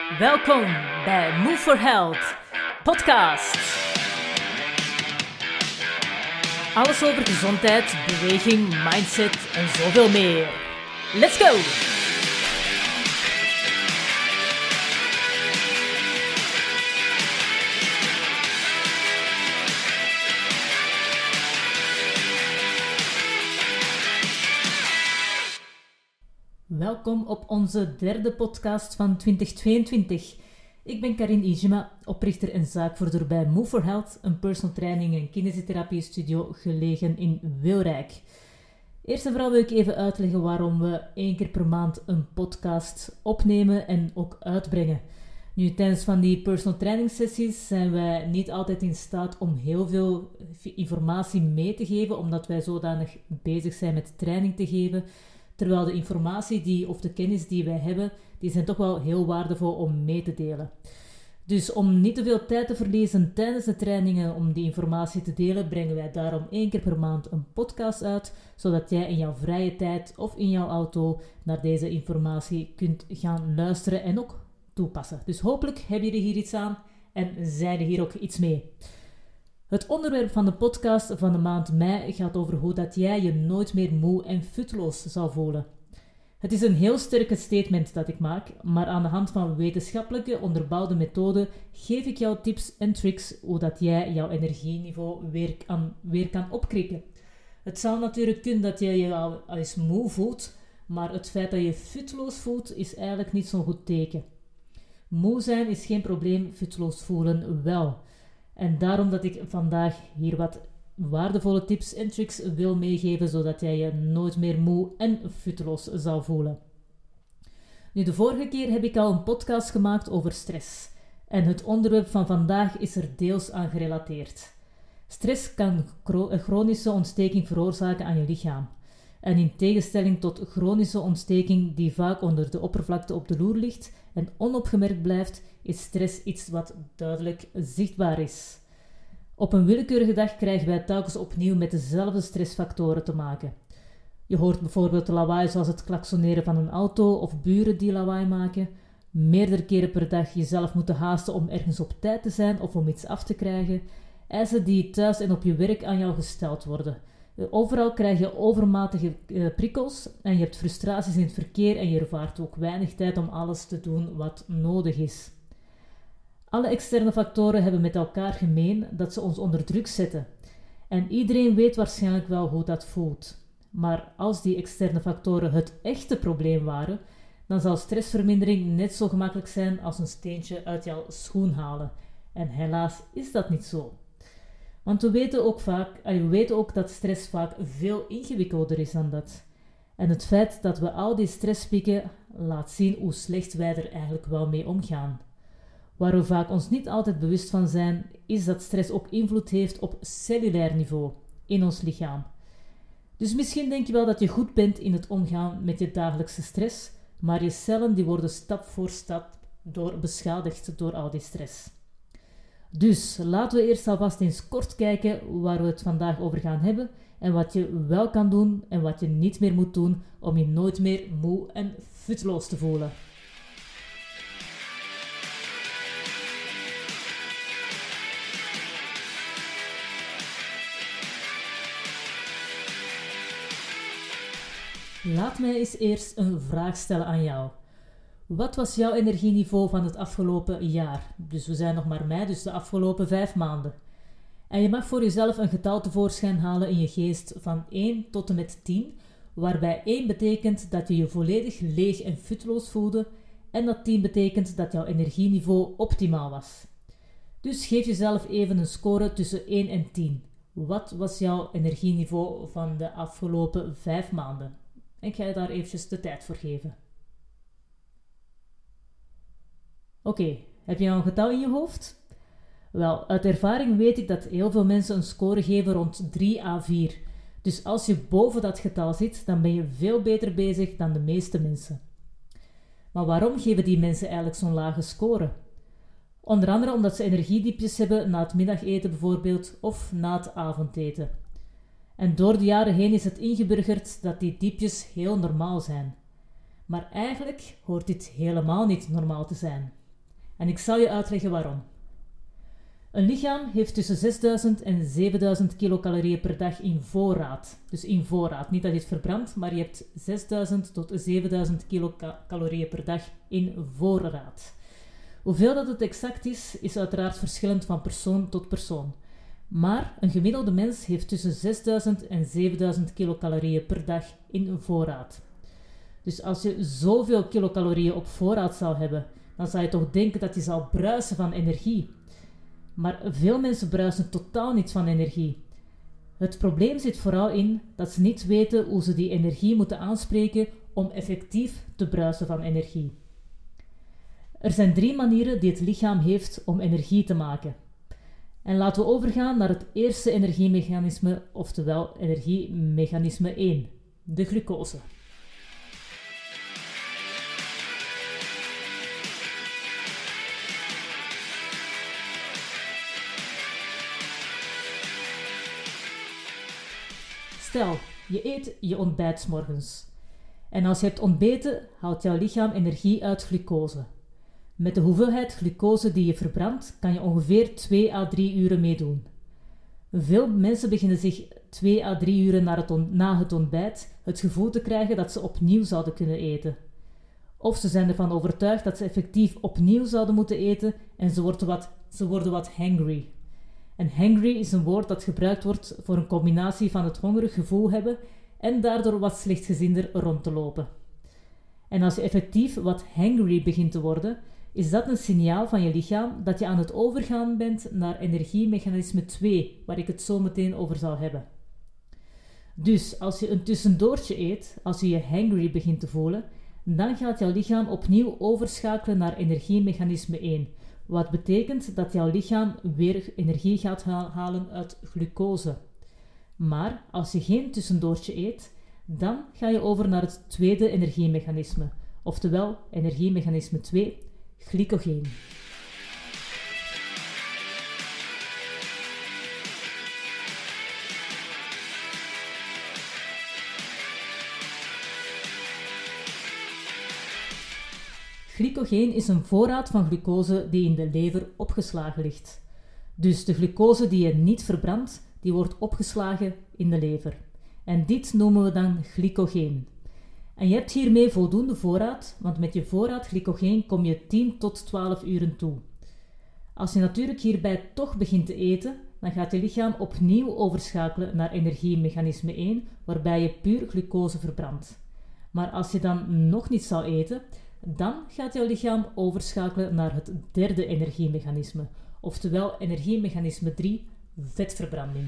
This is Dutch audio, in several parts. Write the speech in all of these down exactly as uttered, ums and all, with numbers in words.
Welkom bij Move for Health podcast. Alles over gezondheid, beweging, mindset en zoveel meer. Let's go! Welkom op onze derde podcast van twintig tweeëntwintig. Ik ben Karin Ijema, oprichter en zaakvoerder bij Move for Health, een personal training en kinesiotherapie studio gelegen in Wilrijk. Eerst en vooral wil ik even uitleggen waarom we één keer per maand een podcast opnemen en ook uitbrengen. Nu, tijdens van die personal training sessies zijn wij niet altijd in staat om heel veel informatie mee te geven, omdat wij zodanig bezig zijn met training te geven. Terwijl de informatie die, of de kennis die wij hebben, die zijn toch wel heel waardevol om mee te delen. Dus om niet te veel tijd te verliezen tijdens de trainingen om die informatie te delen, brengen wij daarom één keer per maand een podcast uit, zodat jij in jouw vrije tijd of in jouw auto naar deze informatie kunt gaan luisteren en ook toepassen. Dus hopelijk heb je er hier iets aan en zij er hier ook iets mee. Het onderwerp van de podcast van de maand mei gaat over hoe dat jij je nooit meer moe en futloos zal voelen. Het is een heel sterke statement dat ik maak, maar aan de hand van wetenschappelijke onderbouwde methoden geef ik jou tips en tricks hoe dat jij jouw energieniveau weer kan, weer kan opkrikken. Het zou natuurlijk kunnen dat jij je al, al eens moe voelt, maar het feit dat je futloos voelt is eigenlijk niet zo'n goed teken. Moe zijn is geen probleem, futloos voelen wel. En daarom dat ik vandaag hier wat waardevolle tips en tricks wil meegeven, zodat jij je nooit meer moe en futloos zal voelen. Nu, de vorige keer heb ik al een podcast gemaakt over stress. En het onderwerp van vandaag is er deels aan gerelateerd. Stress kan een chronische ontsteking veroorzaken aan je lichaam. En in tegenstelling tot chronische ontsteking die vaak onder de oppervlakte op de loer ligt en onopgemerkt blijft, is stress iets wat duidelijk zichtbaar is. Op een willekeurige dag krijgen wij telkens opnieuw met dezelfde stressfactoren te maken. Je hoort bijvoorbeeld lawaai zoals het klaksoneren van een auto of buren die lawaai maken, meerdere keren per dag jezelf moeten haasten om ergens op tijd te zijn of om iets af te krijgen, eisen die thuis en op je werk aan jou gesteld worden. Overal krijg je overmatige uh, prikkels en je hebt frustraties in het verkeer en je ervaart ook weinig tijd om alles te doen wat nodig is. Alle externe factoren hebben met elkaar gemeen dat ze ons onder druk zetten. En iedereen weet waarschijnlijk wel hoe dat voelt. Maar als die externe factoren het echte probleem waren, dan zal stressvermindering net zo gemakkelijk zijn als een steentje uit jouw schoen halen. En helaas is dat niet zo. Want we weten ook vaak, we weten ook dat stress vaak veel ingewikkelder is dan dat. En het feit dat we al die stresspieken laat zien hoe slecht wij er eigenlijk wel mee omgaan. Waar we vaak ons niet altijd bewust van zijn, is dat stress ook invloed heeft op cellulair niveau in ons lichaam. Dus misschien denk je wel dat je goed bent in het omgaan met je dagelijkse stress, maar je cellen die worden stap voor stap door beschadigd door al die stress. Dus laten we eerst alvast eens kort kijken waar we het vandaag over gaan hebben en wat je wel kan doen en wat je niet meer moet doen om je nooit meer moe en futloos te voelen. Laat mij eens eerst een vraag stellen aan jou. Wat was jouw energieniveau van het afgelopen jaar? Dus we zijn nog maar mei, dus de afgelopen vijf maanden. En je mag voor jezelf een getal tevoorschijn halen in je geest van één tot en met tien, waarbij één betekent dat je je volledig leeg en futloos voelde en dat tien betekent dat jouw energieniveau optimaal was. Dus geef jezelf even een score tussen één en tien. Wat was jouw energieniveau van de afgelopen vijf maanden? En ik ga je daar eventjes de tijd voor geven. Oké, okay, heb je nou een getal in je hoofd? Wel, uit ervaring weet ik dat heel veel mensen een score geven rond drie à vier. Dus als je boven dat getal zit, dan ben je veel beter bezig dan de meeste mensen. Maar waarom geven die mensen eigenlijk zo'n lage score? Onder andere omdat ze energiediepjes hebben na het middageten bijvoorbeeld of na het avondeten. En door de jaren heen is het ingeburgerd dat die diepjes heel normaal zijn. Maar eigenlijk hoort dit helemaal niet normaal te zijn. En ik zal je uitleggen waarom. Een lichaam heeft tussen zesduizend en zevenduizend kilocalorieën per dag in voorraad. Dus in voorraad, niet dat je het verbrandt, maar je hebt zesduizend tot zevenduizend kilocalorieën per dag in voorraad. Hoeveel dat het exact is, is uiteraard verschillend van persoon tot persoon. Maar een gemiddelde mens heeft tussen zesduizend en zevenduizend kilocalorieën per dag in voorraad. Dus als je zoveel kilocalorieën op voorraad zou hebben, dan zou je toch denken dat je zal bruisen van energie. Maar veel mensen bruisen totaal niet van energie. Het probleem zit vooral in dat ze niet weten hoe ze die energie moeten aanspreken om effectief te bruisen van energie. Er zijn drie manieren die het lichaam heeft om energie te maken. En laten we overgaan naar het eerste energiemechanisme, oftewel energiemechanisme één, de glucose. Stel, je eet je ontbijt 's morgens. En als je hebt ontbeten, haalt jouw lichaam energie uit glucose. Met de hoeveelheid glucose die je verbrandt, kan je ongeveer twee à drie uren meedoen. Veel mensen beginnen zich twee à drie uren na het, on- na het ontbijt het gevoel te krijgen dat ze opnieuw zouden kunnen eten. Of ze zijn ervan overtuigd dat ze effectief opnieuw zouden moeten eten en ze worden wat, ze worden wat hangry. En hangry is een woord dat gebruikt wordt voor een combinatie van het hongerig gevoel hebben en daardoor wat slechtgezinder rond te lopen. En als je effectief wat hangry begint te worden, is dat een signaal van je lichaam dat je aan het overgaan bent naar energiemechanisme twee, waar ik het zo meteen over zal hebben. Dus als je een tussendoortje eet, als je je hangry begint te voelen, dan gaat jouw lichaam opnieuw overschakelen naar energiemechanisme één. Wat betekent dat jouw lichaam weer energie gaat halen uit glucose. Maar als je geen tussendoortje eet, dan ga je over naar het tweede energiemechanisme, oftewel energiemechanisme twee, glycogeen. Glycogeen is een voorraad van glucose die in de lever opgeslagen ligt. Dus de glucose die je niet verbrandt, die wordt opgeslagen in de lever. En dit noemen we dan glycogeen. En je hebt hiermee voldoende voorraad, want met je voorraad glycogeen kom je tien tot twaalf uren toe. Als je natuurlijk hierbij toch begint te eten, dan gaat je lichaam opnieuw overschakelen naar energiemechanisme één, waarbij je puur glucose verbrandt. Maar als je dan nog niet zou eten, dan gaat jouw lichaam overschakelen naar het derde energiemechanisme, oftewel energiemechanisme drie, vetverbranding.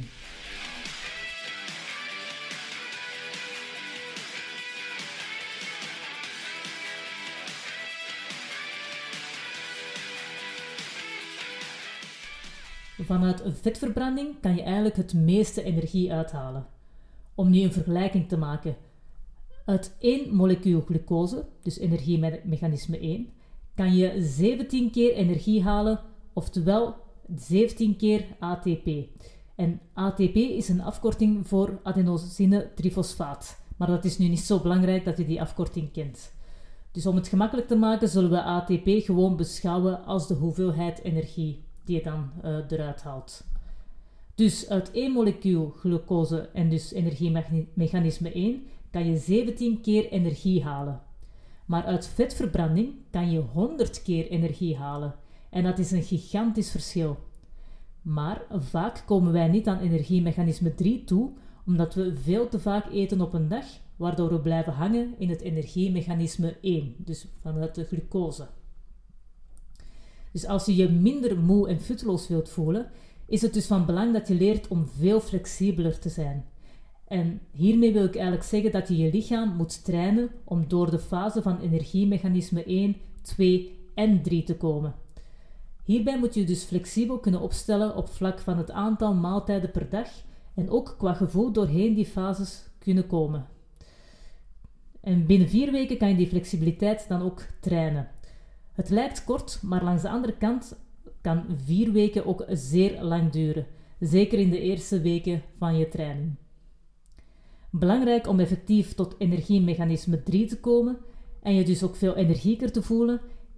Vanuit vetverbranding kan je eigenlijk het meeste energie uithalen. Om nu een vergelijking te maken, uit één molecuul glucose, dus energiemechanisme één, kan je zeventien keer energie halen, oftewel zeventien keer A T P. En A T P is een afkorting voor adenosine trifosfaat, maar dat is nu niet zo belangrijk dat je die afkorting kent. Dus om het gemakkelijk te maken, zullen we A T P gewoon beschouwen als de hoeveelheid energie die je dan uh, eruit haalt. Dus uit één molecuul glucose en dus energiemechanisme één kan je zeventien keer energie halen. Maar uit vetverbranding kan je honderd keer energie halen. En dat is een gigantisch verschil. Maar vaak komen wij niet aan energiemechanisme drie toe, omdat we veel te vaak eten op een dag, waardoor we blijven hangen in het energiemechanisme één, dus vanuit de glucose. Dus als je je minder moe en futloos wilt voelen, is het dus van belang dat je leert om veel flexibeler te zijn. En hiermee wil ik eigenlijk zeggen dat je je lichaam moet trainen om door de fase van energiemechanisme één, twee en drie te komen. Hierbij moet je dus flexibel kunnen opstellen op vlak van het aantal maaltijden per dag en ook qua gevoel doorheen die fases kunnen komen. En binnen vier weken kan je die flexibiliteit dan ook trainen. Het lijkt kort, maar langs de andere kant kan vier weken ook zeer lang duren. Zeker in de eerste weken van je training. Belangrijk om effectief tot energiemechanisme drie te komen en je dus ook veel energieker te voelen,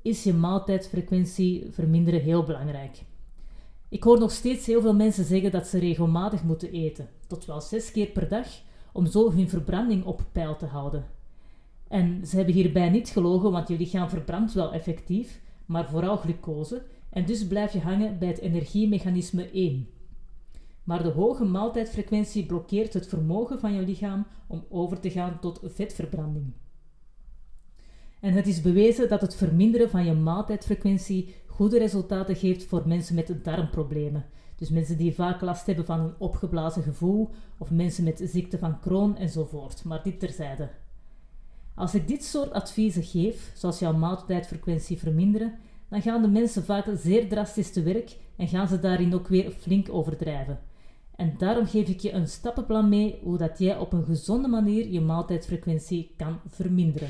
is je maaltijdfrequentie verminderen heel belangrijk. Ik hoor nog steeds heel veel mensen zeggen dat ze regelmatig moeten eten, tot wel zes keer per dag, om zo hun verbranding op peil te houden. En ze hebben hierbij niet gelogen, want je lichaam verbrandt wel effectief, maar vooral glucose, en dus blijf je hangen bij het energiemechanisme één. Maar de hoge maaltijdfrequentie blokkeert het vermogen van je lichaam om over te gaan tot vetverbranding. En het is bewezen dat het verminderen van je maaltijdfrequentie goede resultaten geeft voor mensen met darmproblemen. Dus mensen die vaak last hebben van een opgeblazen gevoel, of mensen met ziekte van Crohn enzovoort. Maar dit terzijde. Als ik dit soort adviezen geef, zoals jouw maaltijdfrequentie verminderen, dan gaan de mensen vaak zeer drastisch te werk en gaan ze daarin ook weer flink overdrijven. En daarom geef ik je een stappenplan mee hoe dat jij op een gezonde manier je maaltijdfrequentie kan verminderen.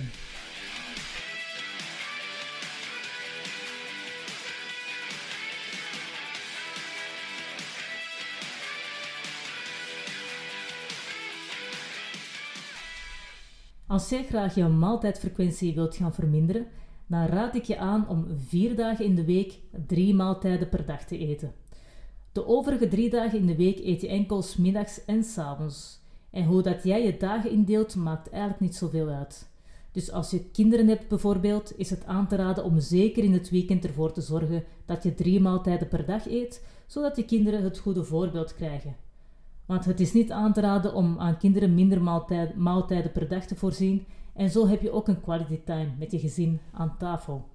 Als jij graag je maaltijdfrequentie wilt gaan verminderen, dan raad ik je aan om vier dagen in de week drie maaltijden per dag te eten. De overige drie dagen in de week eet je enkel 's middags en 's avonds. En hoe dat jij je dagen indeelt, maakt eigenlijk niet zoveel uit. Dus als je kinderen hebt bijvoorbeeld, is het aan te raden om zeker in het weekend ervoor te zorgen dat je drie maaltijden per dag eet, zodat je kinderen het goede voorbeeld krijgen. Want het is niet aan te raden om aan kinderen minder maaltijden, maaltijden per dag te voorzien en zo heb je ook een quality time met je gezin aan tafel.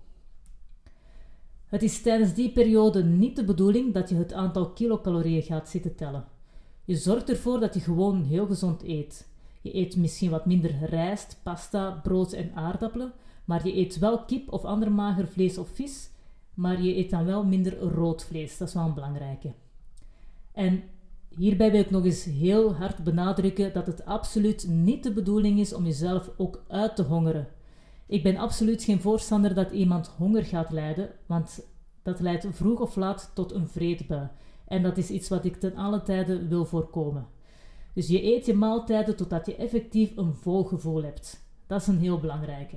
Het is tijdens die periode niet de bedoeling dat je het aantal kilocalorieën gaat zitten tellen. Je zorgt ervoor dat je gewoon heel gezond eet. Je eet misschien wat minder rijst, pasta, brood en aardappelen, maar je eet wel kip of ander mager vlees of vis, maar je eet dan wel minder rood vlees. Dat is wel een belangrijke. En hierbij wil ik nog eens heel hard benadrukken dat het absoluut niet de bedoeling is om jezelf ook uit te hongeren. Ik ben absoluut geen voorstander dat iemand honger gaat lijden, want dat leidt vroeg of laat tot een vreedbui. En dat is iets wat ik ten alle tijde wil voorkomen. Dus je eet je maaltijden totdat je effectief een vol gevoel hebt. Dat is een heel belangrijke.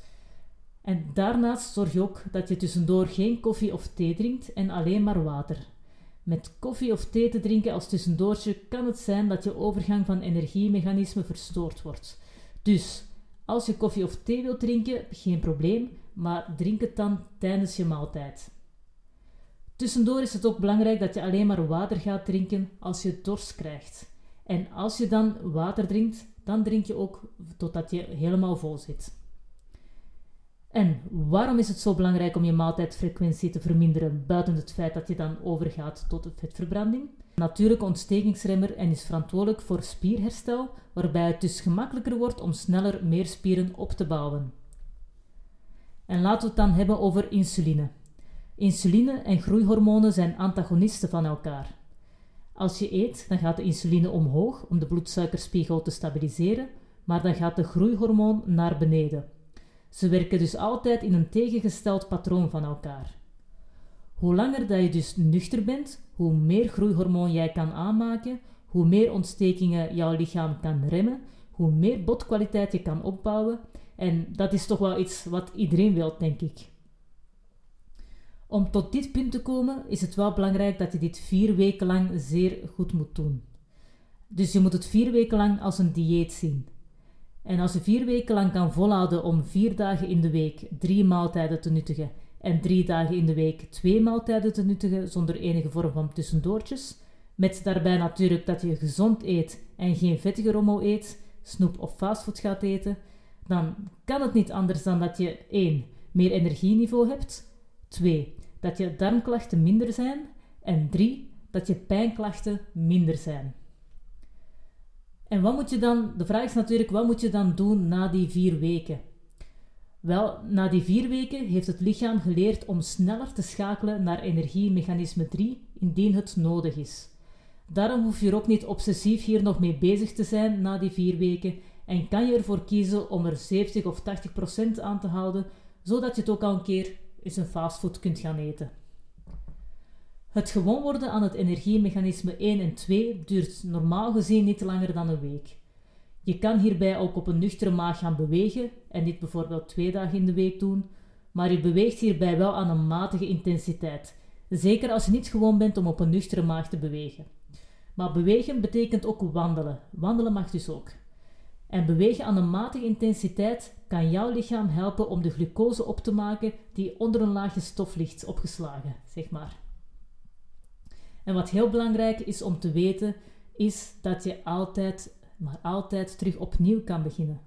En daarnaast zorg je ook dat je tussendoor geen koffie of thee drinkt en alleen maar water. Met koffie of thee te drinken als tussendoortje kan het zijn dat je overgang van energiemechanismen verstoord wordt. Dus als je koffie of thee wilt drinken, geen probleem, maar drink het dan tijdens je maaltijd. Tussendoor is het ook belangrijk dat je alleen maar water gaat drinken als je dorst krijgt. En als je dan water drinkt, dan drink je ook totdat je helemaal vol zit. En waarom is het zo belangrijk om je maaltijdfrequentie te verminderen, buiten het feit dat je dan overgaat tot vetverbranding? Natuurlijke ontstekingsremmer en is verantwoordelijk voor spierherstel, waarbij het dus gemakkelijker wordt om sneller meer spieren op te bouwen. En laten we het dan hebben over insuline. Insuline en groeihormonen zijn antagonisten van elkaar. Als je eet, dan gaat de insuline omhoog om de bloedsuikerspiegel te stabiliseren, maar dan gaat de groeihormoon naar beneden. Ze werken dus altijd in een tegengesteld patroon van elkaar. Hoe langer dat je dus nuchter bent, hoe meer groeihormoon jij kan aanmaken, hoe meer ontstekingen jouw lichaam kan remmen, hoe meer botkwaliteit je kan opbouwen. En dat is toch wel iets wat iedereen wil, denk ik. Om tot dit punt te komen is het wel belangrijk dat je dit vier weken lang zeer goed moet doen. Dus je moet het vier weken lang als een dieet zien. En als je vier weken lang kan volhouden om vier dagen in de week drie maaltijden te nuttigen en drie dagen in de week twee maaltijden te nuttigen zonder enige vorm van tussendoortjes, met daarbij natuurlijk dat je gezond eet en geen vettige rommel eet, snoep of fastfood gaat eten, dan kan het niet anders dan dat je één meer energieniveau hebt, twee dat je darmklachten minder zijn en drie dat je pijnklachten minder zijn. En wat moet je dan, de vraag is natuurlijk, wat moet je dan doen na die vier weken? Wel, na die vier weken heeft het lichaam geleerd om sneller te schakelen naar energiemechanisme drie, indien het nodig is. Daarom hoef je er ook niet obsessief hier nog mee bezig te zijn na die vier weken en kan je ervoor kiezen om er zeventig of tachtig procent aan te houden, zodat je het ook al een keer eens een fastfood kunt gaan eten. Het gewoon worden aan het energiemechanisme één en twee duurt normaal gezien niet langer dan een week. Je kan hierbij ook op een nuchtere maag gaan bewegen en dit bijvoorbeeld twee dagen in de week doen. maar je beweegt hierbij wel aan een matige intensiteit. Zeker als je niet gewoon bent om op een nuchtere maag te bewegen. Maar bewegen betekent ook wandelen. Wandelen mag dus ook. En bewegen aan een matige intensiteit kan jouw lichaam helpen om de glucose op te maken die onder een laagje stof ligt opgeslagen, zeg maar. En wat heel belangrijk is om te weten, is dat je altijd, maar altijd terug opnieuw kan beginnen.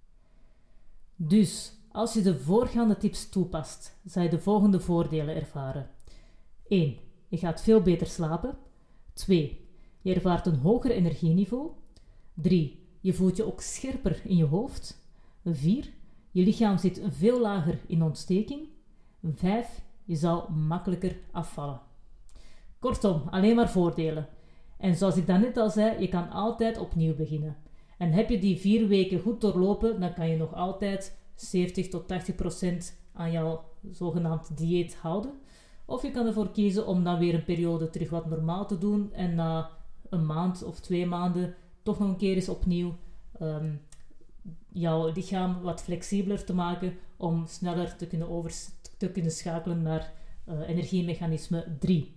Dus, als je de voorgaande tips toepast, zal je de volgende voordelen ervaren. één. Je gaat veel beter slapen. twee. Je ervaart een hoger energieniveau. drie. Je voelt je ook scherper in je hoofd. vier. Je lichaam zit veel lager in ontsteking. vijf. Je zal makkelijker afvallen. Kortom, alleen maar voordelen. En zoals ik daarnet al zei, je kan altijd opnieuw beginnen. En heb je die vier weken goed doorlopen, dan kan je nog altijd zeventig tot tachtig procent aan jouw zogenaamd dieet houden. Of je kan ervoor kiezen om dan weer een periode terug wat normaal te doen en na een maand of twee maanden toch nog een keer eens opnieuw um, jouw lichaam wat flexibeler te maken om sneller te kunnen, overs- te kunnen schakelen naar uh, energiemechanisme drie.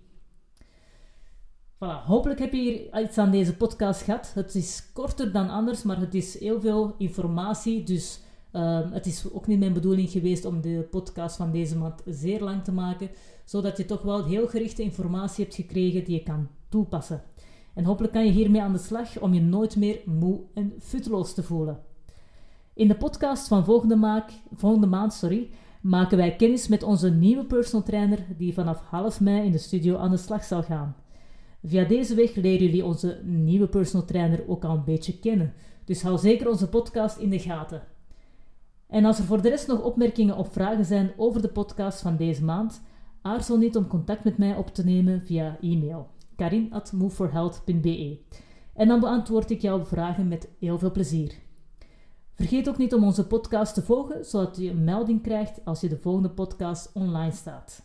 Voilà, hopelijk heb je hier iets aan deze podcast gehad. Het is korter dan anders, maar het is heel veel informatie. Dus uh, het is ook niet mijn bedoeling geweest om de podcast van deze maand zeer lang te maken. Zodat je toch wel heel gerichte informatie hebt gekregen die je kan toepassen. En hopelijk kan je hiermee aan de slag om je nooit meer moe en futteloos te voelen. In de podcast van volgende, maak, volgende maand sorry, maken wij kennis met onze nieuwe personal trainer die vanaf half mei in de studio aan de slag zal gaan. Via deze weg leren jullie onze nieuwe personal trainer ook al een beetje kennen. Dus hou zeker onze podcast in de gaten. En als er voor de rest nog opmerkingen of vragen zijn over de podcast van deze maand, aarzel niet om contact met mij op te nemen via e-mail karin at move for health punt b e. En dan beantwoord ik jouw vragen met heel veel plezier. Vergeet ook niet om onze podcast te volgen, zodat je een melding krijgt als je de volgende podcast online staat.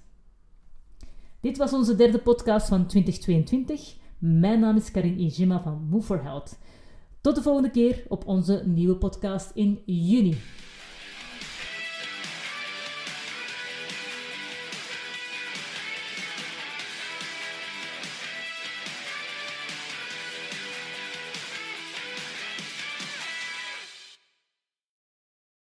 Dit was onze derde podcast van twintig tweeëntwintig. Mijn naam is Karin Ijima van Move for Health. Tot de volgende keer op onze nieuwe podcast in juni.